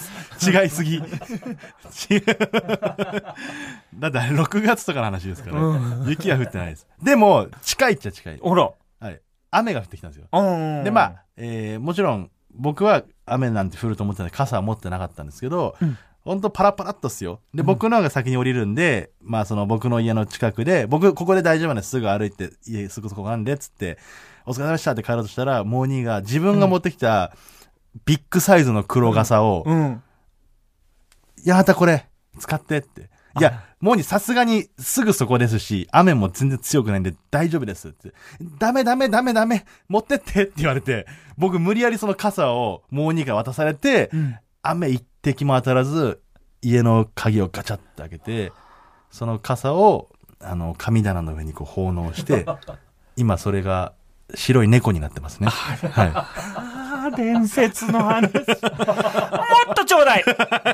違いすぎ。違う。だってろくがつとかの話ですから、うん、雪は降ってないです。でも、近いっちゃ近い。 ほら。 はい。雨が降ってきたんですよ。で、まあ、えー、もちろん、僕は雨なんて降ると思ってたんで傘は持ってなかったんですけど、うん、ほんとパラパラっとっすよ。で、僕の方が先に降りるんで、うん、まあその僕の家の近くで、僕ここで大丈夫なんです、すぐ歩いて、家すぐそこなんで、つって、お疲れ様でしたって帰ろうとしたら、モーニーが自分が持ってきたビッグサイズの黒傘を、うんうん、いや、またこれ、使ってって。いや、モーニーさすがにすぐそこですし、雨も全然強くないんで大丈夫ですって。ダメダメダメダメ、持ってってって言われて、僕無理やりその傘をモーニーから渡されて、うん、雨一滴も当たらず、家の鍵をガチャって開けて、その傘を、あの、神棚の上にこう奉納して、今それが白い猫になってますね。はい。 ああ、伝説の話。もっとちょうだい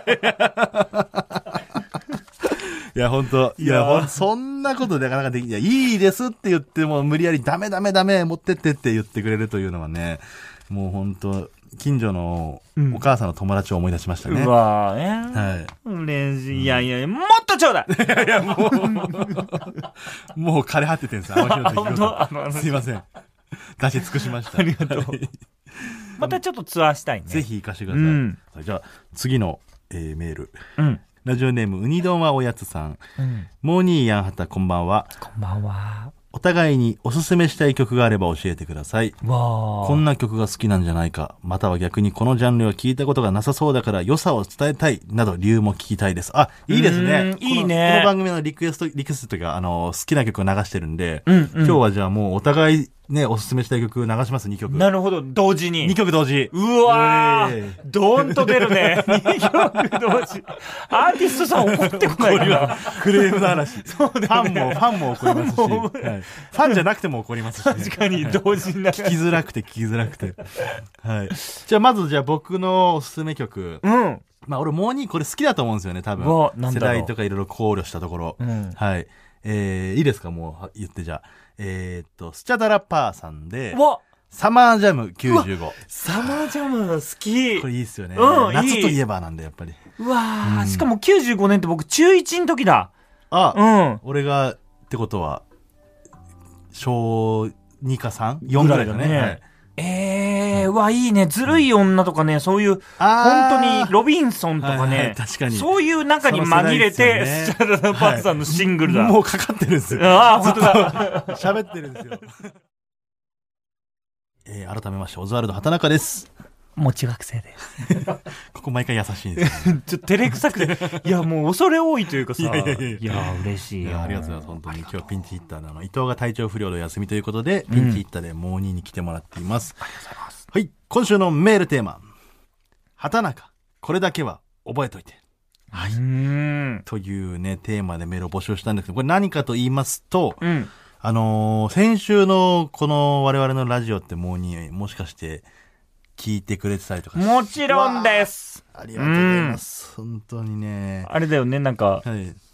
いや、ほんと。いや、ほんそんなことなかなかできない。いいですって言っても、無理やりダメダメダメ、持ってってって言ってくれるというのはね、もうほんと、近所のお母さんの友達を思い出しましたね。 うん、うわーね。 はい。 嬉しい。いやいや、もっとちょうだいいやいや、もう、もう枯れ果ててんす、あの日の出来事。すいません。出し尽くしました。 ありがとう。またちょっとツアーしたいね。 ぜひ行かしてください。うん、じゃあ、次の、えー、メール。 うん。 ラジオネームうに丼はおやつさん、うん、モーニーやんはたこんばんは。 こんばんは。 お互いにおすすめしたい曲があれば教えてください。 わこんな曲が好きなんじゃないか、または逆にこのジャンルは聞いたことがなさそうだから良さを伝えたいなど理由も聞きたいです。あ、いいですね。 いいね。 この番組のリクエストリクエストというかあの好きな曲を流してるんで、うんうん、今日はじゃあもうお互いね、おすすめしたい曲流します、にきょく。 なるほど、同時に。 にきょく同時。 うわー、えー、ドーンと出るね。にきょく同時。アーティストさん怒ってこないかな。 クレームの話。そうだね。ファンも、ファンも怒りますし、はい、ファンじゃなくても怒りますし、ね。 確かに、同時に、 はい、聞きづらくて聞きづらくて。はい。じゃあまずじゃあ僕のおすすめ曲。 うん。 まあ俺モーニーこれ好きだと思うんですよね、多分。世代とかいろいろ考慮したところ。うん、はい。えー、いいですか、もう言ってじゃあ。えー、っと、スチャダラパーさんで、サマージャムきゅうじゅうご。 サマージャム好き。 これいいっすよね。うん、夏といえばなんで、やっぱり。 うわー、うん、しかもきゅうじゅうごねんって僕中いちの時だ。 あ、うん。俺が、ってことは、小にかさん?よん ぐらいだね。はい、 えー、うわ、いいね。ずるい女とかね、そういう、本当にロビンソンとかね、はいはい、 確かにそういう中に紛れて、ね、スチャダラパーさんのシングルだ。 はい、もうかかってるんですよ。 ああ、本当だ。 喋ってるんですよ。えー、改めまして、オズワルド畑中です。 もう中学生です。 ここ毎回優しいんですよ、ね。 ちょっと照れくさくて、いやもう恐れ多いというかさ。いやいやいやいや、いや嬉しいよ。 いやありがとうございます。本当に今日ピンチヒッターなの伊藤が体調不良で休みということで、ピンチヒッターでモーニーに来てもらっています。 うん、ありがとうございます。 はい、今週のメールテーマ。畑中、これだけは覚えといて。はい。うんというね、テーマでメールを募集したんですけど、これ何かと言いますと、うん、あのー、先週のこの我々のラジオってモーニー、もしかして、聞いてくれてたりとか。 もちろんです。 ありがとうございます。本当にね。 あれだよね、なんか、 はい、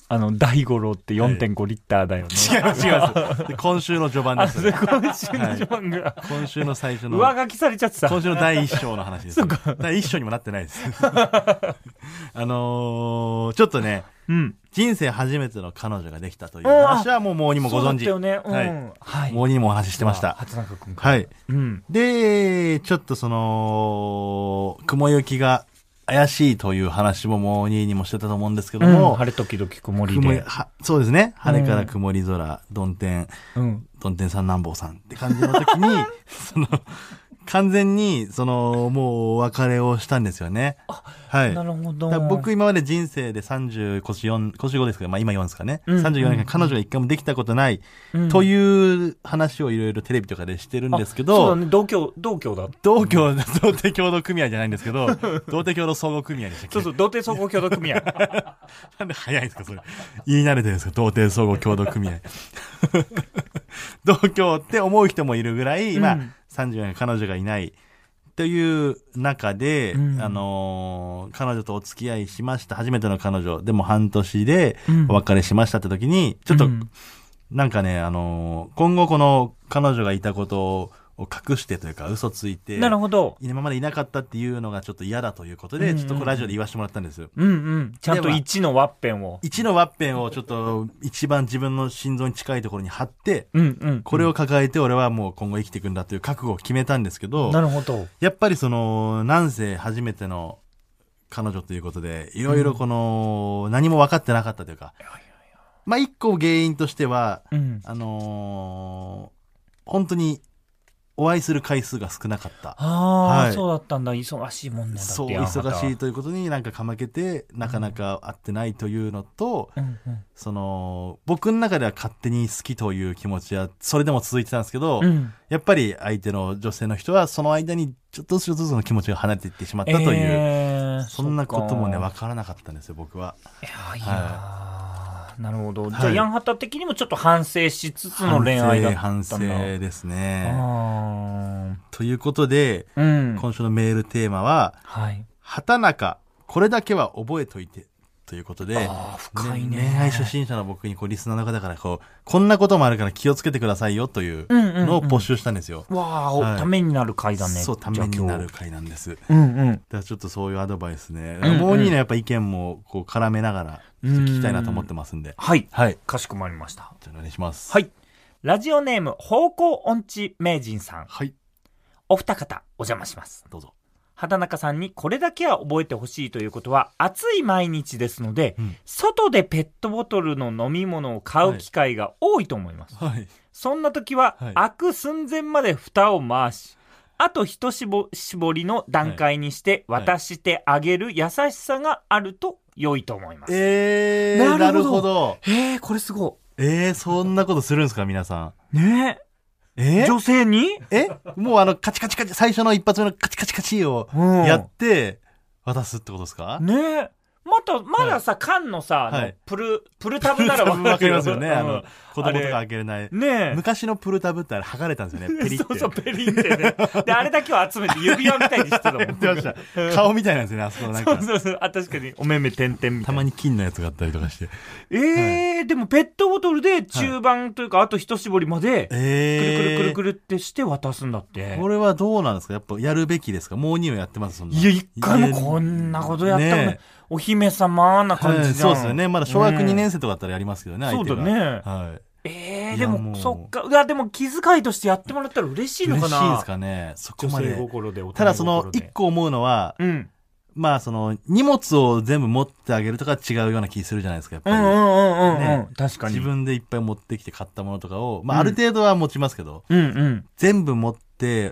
あの大五郎って よんてんご リッターだよね、 はい、違います違いますで今週の序盤です、 ね、今週の序盤が、 はい、今週の最初の上書きされちゃってた今週のだいいっ章の話です、ね、だいいっ章にもなってないですあのー、ちょっとね、うん、人生初めての彼女ができたという話はもうもうにもご存知、 そうだったよね、うんはいはい、もうにもお話ししてました。 初中君はい、うん、でちょっとその雲行きが怪しいという話ももうににもしてたと思うんですけども、 うん、晴れ時々曇りでそうですね、晴れから曇り空、どん天、うん、どん天さんなんぼうさんって感じの時にその完全にそのもうお別れをしたんですよね。はい。 なるほど。 僕今まで人生でさんじゅう、腰よん、腰ごですけど、まあ今よんですかね。うんうん、さんじゅうよねんかん彼女が一回もできたことない、うん、という話をいろいろテレビとかでしてるんですけど。 そうだね、同郷、同郷だ。 同郷、童貞協同組合じゃないんですけど、童貞協同総合組合でしたっけ。 そうそう、童貞総合協同組合。 なんで早いんですか、それ。言い慣れてるんですか、童貞総合協同組合。同郷って思う人もいるぐらい、うん、まあ、さんじゅうよねんかん彼女がいないという中で、うん、あのー、彼女とお付き合いしました。初めての彼女。でも半年でお別れしましたって時に、ちょっと、うん、なんかね、あのー、今後この彼女がいたことを隠してというか嘘ついて、 なるほど。 今までいなかったっていうのがちょっと嫌だということで、うんうん、ちょっとこれラジオで言わせてもらったんですよ。 うんうん。ちゃんといちのワッペンを。 いちのワッペンをちょっと一番自分の心臓に近いところに貼って、 うんうんうん、 これを抱えて俺はもう今後生きていくんだという覚悟を決めたんですけど、 なるほど。 やっぱりその、なんせ初めての彼女ということで、いろいろこの、うん、何も分かってなかったというか、まあ一個原因としては、うん、あのー、本当に、お会いする回数が少なかった。 ああ、はい、そうだったんだ。忙しいもんね。だってそう、忙しいということになんかかまけて、なかなか会ってないというのと、うんうん、その、僕の中では勝手に好きという気持ちは、それでも続いてたんですけど、うん、やっぱり相手の女性の人は、その間にちょっとずつその気持ちが離れていってしまったという、えー、そんなこともね、わからなかったんですよ、僕は。 いやいや、はいなるほど。じゃあ、はい、ヤンハタ的にもちょっと反省しつつの恋愛だったんだ。 反省、反省ですね。あということで、うん、今週のメールテーマは、はい、畑中、これだけは覚えといて。ということで、 あ深いね、 恋愛初心者の僕にこうリスナーの方からこうこんなこともあるから気をつけてくださいよというのを募集したんですよ。 うんうんうん、わあ、はい、ためになる回だね。 そう、ためになる回なんです。うんうん。だからちょっとそういうアドバイスね。うんうん、もうにのやっぱ意見もこう絡めながらちょっと聞きたいなと思ってますんで。んはい。はい。かしこまりました。 じゃあお願いします。 はい。ラジオネーム方向音痴名人さん。 はい。 お二方お邪魔します。 どうぞ。 畑中さんにこれだけは覚えてほしいということは暑い毎日ですので、うん、外でペットボトルの飲み物を買う機会が多いと思います、はい、そんな時は、はい、開く寸前まで蓋を回しあと一絞りの段階にして渡してあげる優しさがあると良いと思います、 えー、なるほど。 えー、これすごい。えー、そんなことするんですか皆さん。ねええ女性にえもうあのカチカチカチ最初の一発目のカチカチカチをやって渡すってことですか、 うん、ねえまたまださ、はい、缶のさ、はい、プルプルタブなら分かりますよね、うん、あの子供とか開けれないね。昔のプルタブってあれ剥がれたんですよね。ペリってそうそうペリってね。であれだけを集めて指輪みたいにしてたもん。 やってました。顔みたいなんですよねあそこのなんか。 そうそうそう。あ確かにお目目点々みたいな。 たまに金のやつがあったりとかして。 えー、はい、でもペットボトルで中盤というか、はい、あと一絞りまで、えー、くるくるくるくるってして渡すんだって。 これはどうなんですか。やっぱやるべきですか。もうにはやってますそんな。 いや一回もこんなことやったことない。ねお姫様な感じじゃん、 はい、そうですよね。まだ小学にねん生とかだったらやりますけどね、うん、 そうだね。はい。えー、でも、そっか。いや、でも気遣いとしてやってもらったら嬉しいのかな。 嬉しいですかね。そこまで。 女性心で、 ただその、一個思うのは、うん、まあその、荷物を全部持ってあげるとか違うような気するじゃないですか、やっぱり。 うんうんうんうん、ね、確かに。 自分でいっぱい持ってきて買ったものとかを、まあある程度は持ちますけど、 うんうん、 全部持って、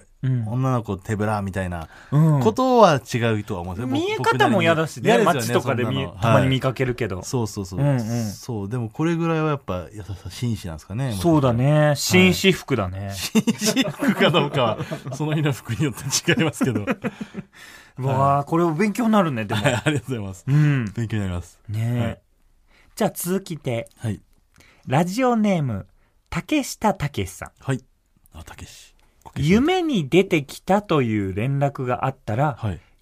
うん、女の子手ぶらみたいなことは違うとは思うんですよ、 うん、見え方も嫌だしね。街とかで見たまに見かけるけど、はい、 そうそうそう、うんうん、そうでもこれぐらいはやっぱ優しさ紳士なんですかね。 そうだね紳士服だね、はい、 紳士服かどうかはその日の服によって違いますけどわあこれ勉強になるね。でも、 はい、ありがとうございます、うん、勉強になりますね、はい、じゃあ続きで、 はい、 ラジオネーム竹下武さん。 はい、あ竹下夢に出てきたという連絡があったら、はい、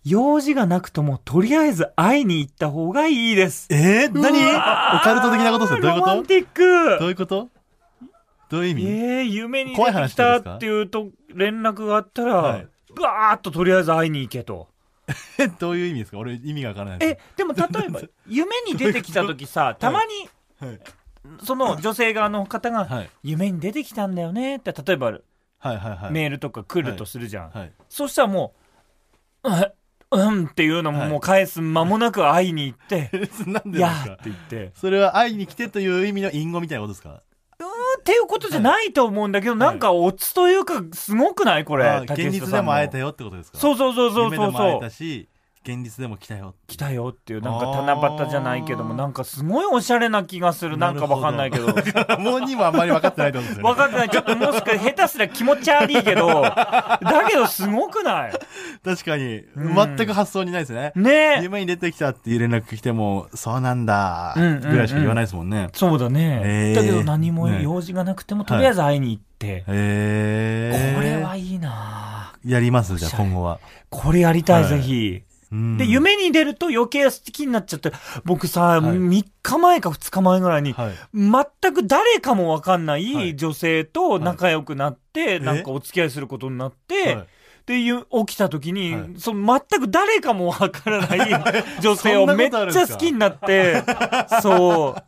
用事がなくともとりあえず会いに行った方がいいです。 えー、何オカルト的なことですか？どういうこと？ ロマンティック。 どういうこと？どういう意味？ えー、夢に出てきたっていうと連絡があったら、はい、バーッととりあえず会いに行けと。 え、どういう意味ですか？俺意味がわからないです。 え、でも例えば夢に出てきた時さ、たまに、はいはい、その女性側の方が、はい、夢に出てきたんだよねって例えば、はいはいはい、メールとか来るとするじゃん、はいはい、そしたらもううんうんっていうのももう返す間もなく会いに行ってなんでですか？ やーって言って、 それは会いに来てという意味の隠語みたいなことですか？ うーっていうことじゃないと思うんだけど、はい、なんかオツというかすごくないこれ？ 現実でも会えたよってことですか？ そうそうそうそうそうそう。 夢でも会えたし現実でも来たよ来たよっていう、なんか七夕じゃないけどもなんかすごいおしゃれな気がする。なんかわかんないけどもうにもあんまり分かってないと思うんですよね。 分かってない。ちょっともしか下手すりゃ気持ち悪いけどだけどすごくない？ 確かに、うん、全く発想にないですね。 ねえ、 夢に出てきたっていう連絡来てもそうなんだぐらいしか言わないですもんね、うんうんうん、 そうだね、えー、だけど何も用事がなくても、ね、とりあえず会いに行って、はい、えー、これはいいな。 やりますじゃあ今後はこれやりたい、はい、ぜひ。で、夢に出ると余計好きになっちゃって、僕さ、はい、みっかまえかふつかまえぐらいに、はい、全く誰かもわかんない女性と仲良くなって、はい、なんかお付き合いすそうになって、はい、で、起きた時に、はい、その全く誰かもわからない女性をめっちゃ好きになって、そう。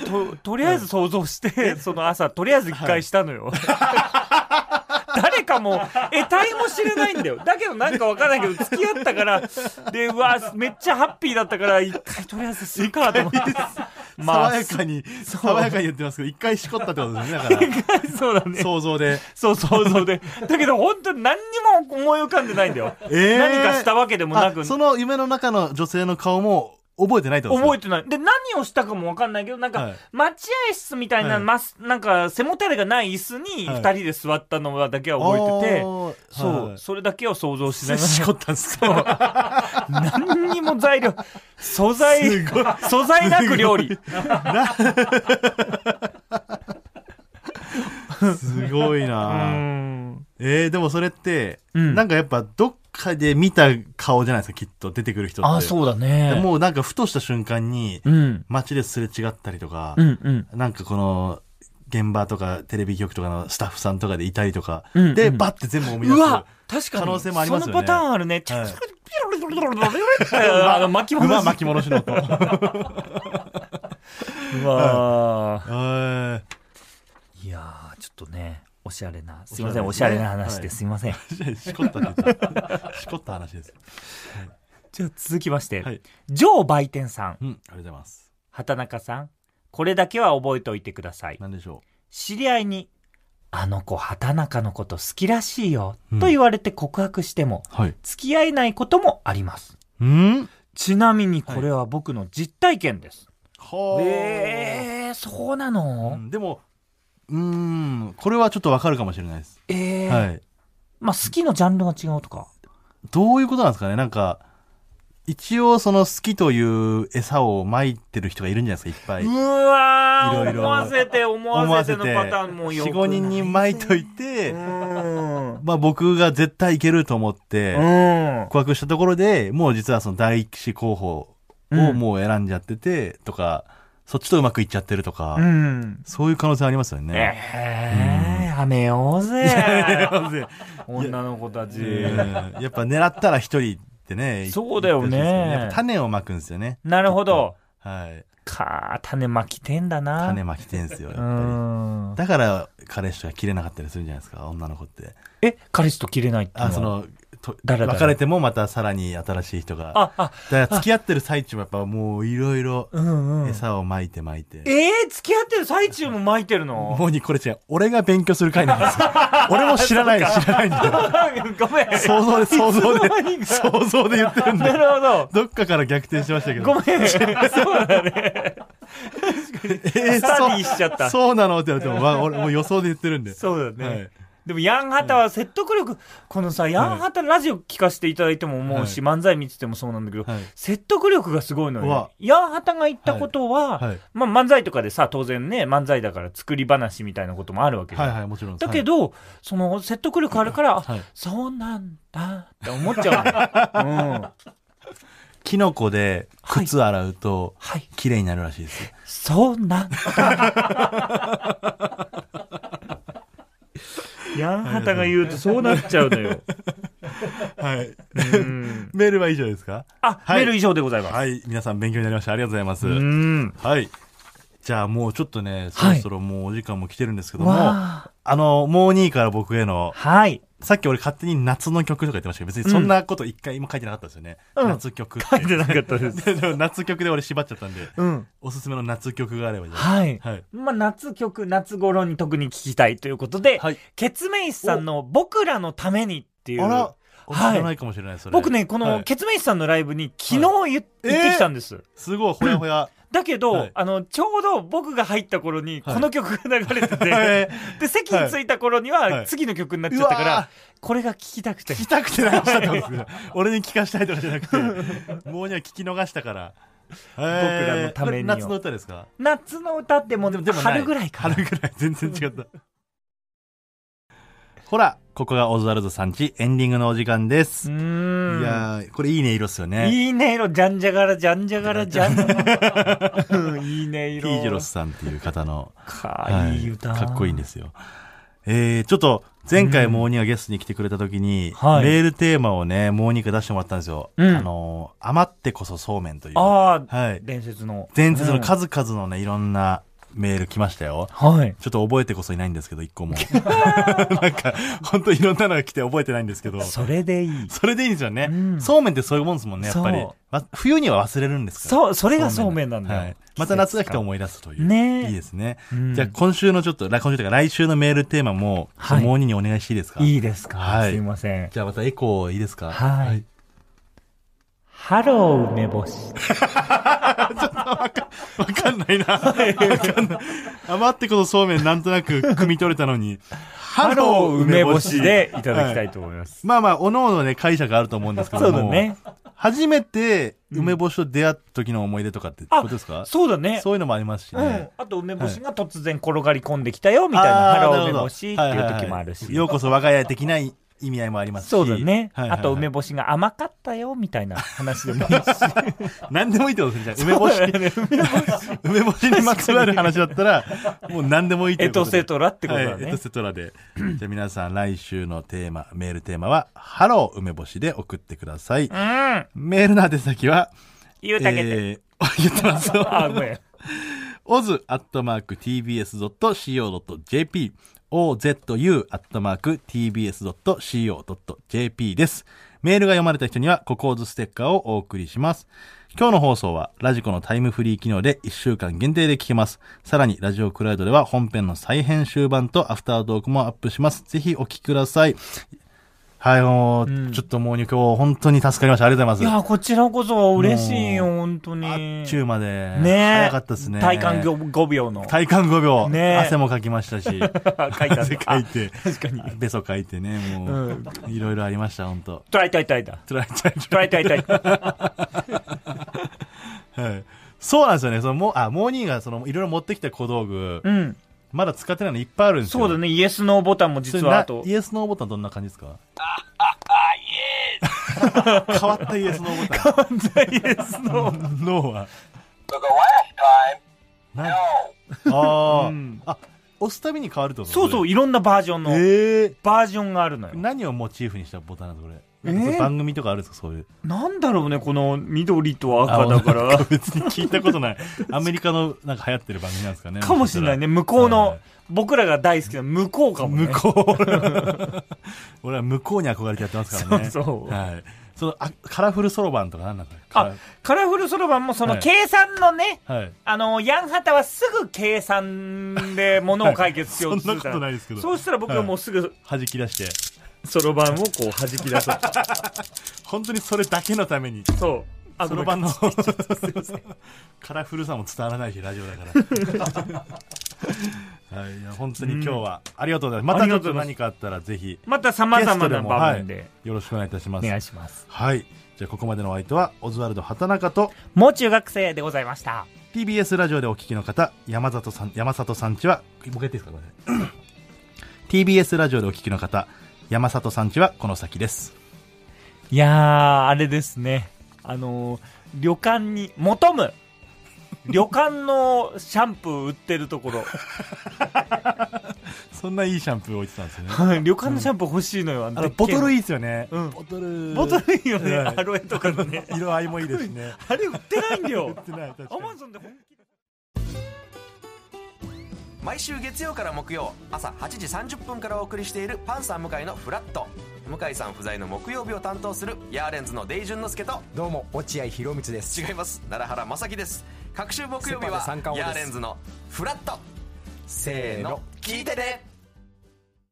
と、とりあえず想像して、はい、その朝、とりあえず一回したのよ。はい誰かも得体も知れないんだよ。だけどなんかわからないけど付き合ったからで、うわめっちゃハッピーだったから一回とりあえずするかと思ってまあ、爽やかに爽やかに言ってますけど一回しこったってことですね。だから一回そうだね、 想像でそう想像でだけど本当に何にも思い浮かんでないんだよ、えー、何かしたわけでもなく、 その夢の中の女性の顔も覚えてないってことですか？ 覚えてない。で、何をしたかも分かんないけど、なんか、はい、待合室みたいな、はい、マス、なんか、背もたれがない椅子に二人で座ったのだけは覚えてて、はい、そう、はい、それだけを想像しながら。 しこったんですか？ 何にも材料、素材、素材なく料理。 すごいなぁ。えー、でもそれって、うん、なんかやっぱどっかで見た顔じゃないですか、きっと出てくる人って。 あ、そうだね。 もうなんかふとした瞬間に、うん、街ですれ違ったりとか、うんうん、なんかこの現場とかテレビ局とかのスタッフさんとかでいたりとか、うんうん、でバッて全部思い出す可能性もありますよね。 そのパターンあるね。はい、巻き戻し。 馬巻き戻しの音。うわー。いやー、ちょっとね。おしゃれな、すいません、おしゃれな話ですいません。 しこったって言った。しこった話です。 はい、じゃあ続きまして、はい、ジョー売店さん、 うん、ありがとうございます。 畑中さん、これだけは覚えておいてください。 何でしょう。 知り合いに、あの子畑中のこと好きらしいよ、うん、と言われて告白しても、はい、付き合えないこともあります。 うん、 ちなみにこれは僕の実体験です。はい、えー、そうなの？ うん、でもうーん、これはちょっとわかるかもしれないです。 えー、はい。まあ、好きのジャンルが違うとか。 どういうことなんですかね。なんか、一応その好きという餌をまいてる人がいるんじゃないですか、いっぱい。 うわー、いろいろ思わせて思わせてのパターンもよくない。 よん、ごにんにまいといて、まあ僕が絶対いけると思って、告白したところで、もう実はその第一子候補をもう選んじゃってて、とか、そっちとうまくいっちゃってるとか、うん、そういう可能性ありますよね。 えー、うん、やめようぜ。やめようぜ。女の子たち。 やっぱ狙ったら一人ってね。 そうだよね。 やっぱ種をまくんですよね。 なるほど。 はい。 かー、種まきてんだな。 種まきてんすよ、やっぱり。だから彼氏とは切れなかったりするんじゃないですか、女の子って。 え、彼氏と切れないってのは？ あ、その、別れてもまたさらに新しい人が。あ、あ、だから付き合ってる最中もやっぱもういろいろ餌を撒いて撒いて。 えー、付き合ってる最中も撒いてるの？ もうにこれ違う。俺が勉強する回なんですよ。俺も知らない、知らないんだよ。ごめん。想像で、想像で、想像で言ってるんで。 なるほど。 どっかから逆転しましたけど。 ごめん。そうだね。確かに。えー、スタディしちゃった。 そうなのって言われても、まあ、俺もう予想で言ってるんで。 そうだね。はい。 でもヤンハタは説得力、このさヤンハタラジオ聞かせていただいても思うし、はい、漫才見ててもそうなんだけど、はい、説得力がすごいのよ。ヤンハタが言ったことは、はいはい、まあ、漫才とかでさ当然ね漫才だから作り話みたいなこともあるわけじゃん、 はいはい、もちろんだけど、はい、その説得力あるから、はい、そうなんだって思っちゃうの、うん、 キノコで靴洗うと、はい、綺麗になるらしいです、はい、 そうなんだヤンハタが言うとそうなっちゃうのよはい、うん、メールは以上ですか？ あ、はい、メール以上でございます。 はい、皆さん勉強になりました。ありがとうございます。うん、はい、じゃあもうちょっとねそろそろもうお時間も来てるんですけども、はい、あのモーニーから僕への、はい、さっき俺勝手に夏の曲とか言ってましたけど、別にそんなこと一回今書いてなかったですよね、うん、夏曲って書いてなかったですでも夏曲で俺縛っちゃったんで、うん、おすすめの夏曲があればじゃあ、 はい、はい、まあ、夏曲夏頃に特に聴きたいということで、はい、ケツメイシさんの僕らのためにっていう、 あら知らないかもしれない、それ僕ねこのケツメイシさんのライブに昨日、はい、行ってきたんです、えー、 すごいほやほやだけど、はい、あのちょうど僕が入った頃にこの曲が流れてて、はい、で席に着いた頃には次の曲になっちゃったから、はい、これが聴きたくて聴きたくて流したってことです俺に聴かしたいとかじゃなくてもうには聴き逃したから僕らのために。 夏の歌ですか？ 夏の歌ってもでも春ぐらいかな。 春ぐらい全然違ったほらここがオズワルドさんちエンディングのお時間です。うーん、いやーこれいい音色っすよね。 いい音色、じゃんじゃがらじゃんじゃがらじゃんいい音色。 ピージロスさんっていう方のかいい歌、 はい、かっこいいんですよ。えー、ちょっと前回モーニーがゲストに来てくれた時に、うんはい、メールテーマをねモーニーが出してもらったんですよ、うん、あの余ってこそそうめんという、 あ、はい、伝説の伝説の数々のねいろんなメール来ましたよ。はい。ちょっと覚えてこそいないんですけど、一個も。なんか、ほんといろんなのが来て覚えてないんですけど。 それでいい。 それでいいんですよね。うん、そうめんってそういうもんですもんね、やっぱり。冬には忘れるんですから。 そう、それがそうめんなんだよ。はい。 また夏が来て思い出すという。ね、いいですね。うん、じゃあ今週のちょっと、今週というか来週のメールテーマも、はい、モーニーにお願いしていいですか？ いいですか？はい。すいません。 じゃあまたエコーいいですか？ はい。はい、ハロー梅干し。ちょっとわか、わかんないな。わかんない。余ってこそそうめんなんとなく汲み取れたのに。 ハロー梅干しでいただきたいと思います。 はい、まあまあ、おのおのね、解釈あると思うんですけども。そうだね。初めて梅干しと出会った時の思い出とかってことですか？ うん、そうだね。 そういうのもありますしね。うん、 あと梅干しが突然転がり込んできたよみたいな、はい、ハロー梅干しっていう時もあるし。 はいはいはい、ようこそ我が家的な意味合いもありますし。 そうだね。はいはいはい、あと梅干しが甘かったよみたいな話でもいいし。 何でもいいってことですね。梅干し、ね、梅干しにまつわる話だったら、もう何でもいいってことで。 エトセトラってことだね。はい、 エトセトラで。じゃあ皆さん来週のテーマ、メールテーマは、ハロー梅干しで送ってください。うん、メールの宛先は、 言うたけて。 えー、言ってますよ。あ、ごめん。オズ アットマーク ティービーエス ドット シーオー ドット ジェーピーオーゼットユー アットマーク ティービーエス ドット シーオー ドット ジェーピー です。メールが読まれた人にはココーズステッカーをお送りします。今日の放送はラジコのタイムフリー機能でいっしゅうかん限定で聞けます。さらにラジオクラウドでは本編の再編集版とアフタートークもアップします。ぜひお聞きください。はい、もう、うん、ちょっともう今日本当に助かりました。ありがとうございます。 いや、こちらこそ嬉しいよ、本当に。 あっちゅうまで。ね早かったですね。 体感ごびょうの。 体感ごびょう。ね汗もかきましたし。 かいた汗かいて。 確かに。 べそかいてね、もう、うん、いろいろありました、本当。 トライトライトライだ。 トライトライトライトライトライ。 はい。そうなんですよね。そのもあ、モーニーがそのいろいろ持ってきた小道具。うん。まだ使ってないのいっぱいあるんですよ。 そうだね。イエスノーボタンも実はあと。 イエスノーボタンどんな感じですか？変わったイエスノーボタン。 変わったイエスノー。 ノーは。何？ああ、うん、あ、押すたびに変わるってこと？ そうそう、いろんなバージョンの、えー、バージョンがあるのよ。 何をモチーフにしたボタンなんですかこれ？えー、番組とかあるんですかそういう。 なんだろうねこの緑と赤だから。 別に聞いたことない。アメリカのなんか流行ってる番組なんですかね。 かもしれないね。向こうの、はい、僕らが大好きな向こうかもね。 向こう。俺は向こうに憧れてやってますからね。そうそう。はい。そのあカラフルそろばんとか何なんだあカラフルそろばんもその計算のね、はい、あのヤンハタはすぐ計算で物を解決しようとするから、 そんなことないですけどそうしたら僕はもうすぐ、はい、 弾き出してそろばんをこう弾き出す本当にそれだけのためにそうそろばんのカラフルさも伝わらないしラジオだからはい、いや本当に今日はありがとうございます。またちょっと何かあったらぜひまた様々な場面で、 はい、よろしくお願いいたします。 お願いします。 はい、じゃあここまでのお相手はオズワルド畑中ともう中学生でございました。 ティービーエス ラジオでお聞きの方、山里さん山里さんちはもう一回言っていいですかこれティービーエス ラジオでお聞きの方、山里さんちはこの先です。 いやーあれですね、あのー、旅館に求む旅館のシャンプー売ってるところそんないいシャンプー置いてたんですよね旅館のシャンプー欲しいのよ、うん、 あのボトルいいですよね、 うん、 ボトルボトルいいよね、はい、アロエとかのね色合いもいいですねあれ売ってないんだよ売ってない、確かにアマゾンで本気で毎週月曜から木曜朝はちじさんじゅっぷんからお送りしているパンサー向井のフラット。向井さん不在の木曜日を担当するヤーレンズのデイジュンの之介と、 どうも落合博満です。 違います、奈良原正樹です。各週木曜日はヤーレンズのフラット。せーの聞いてね。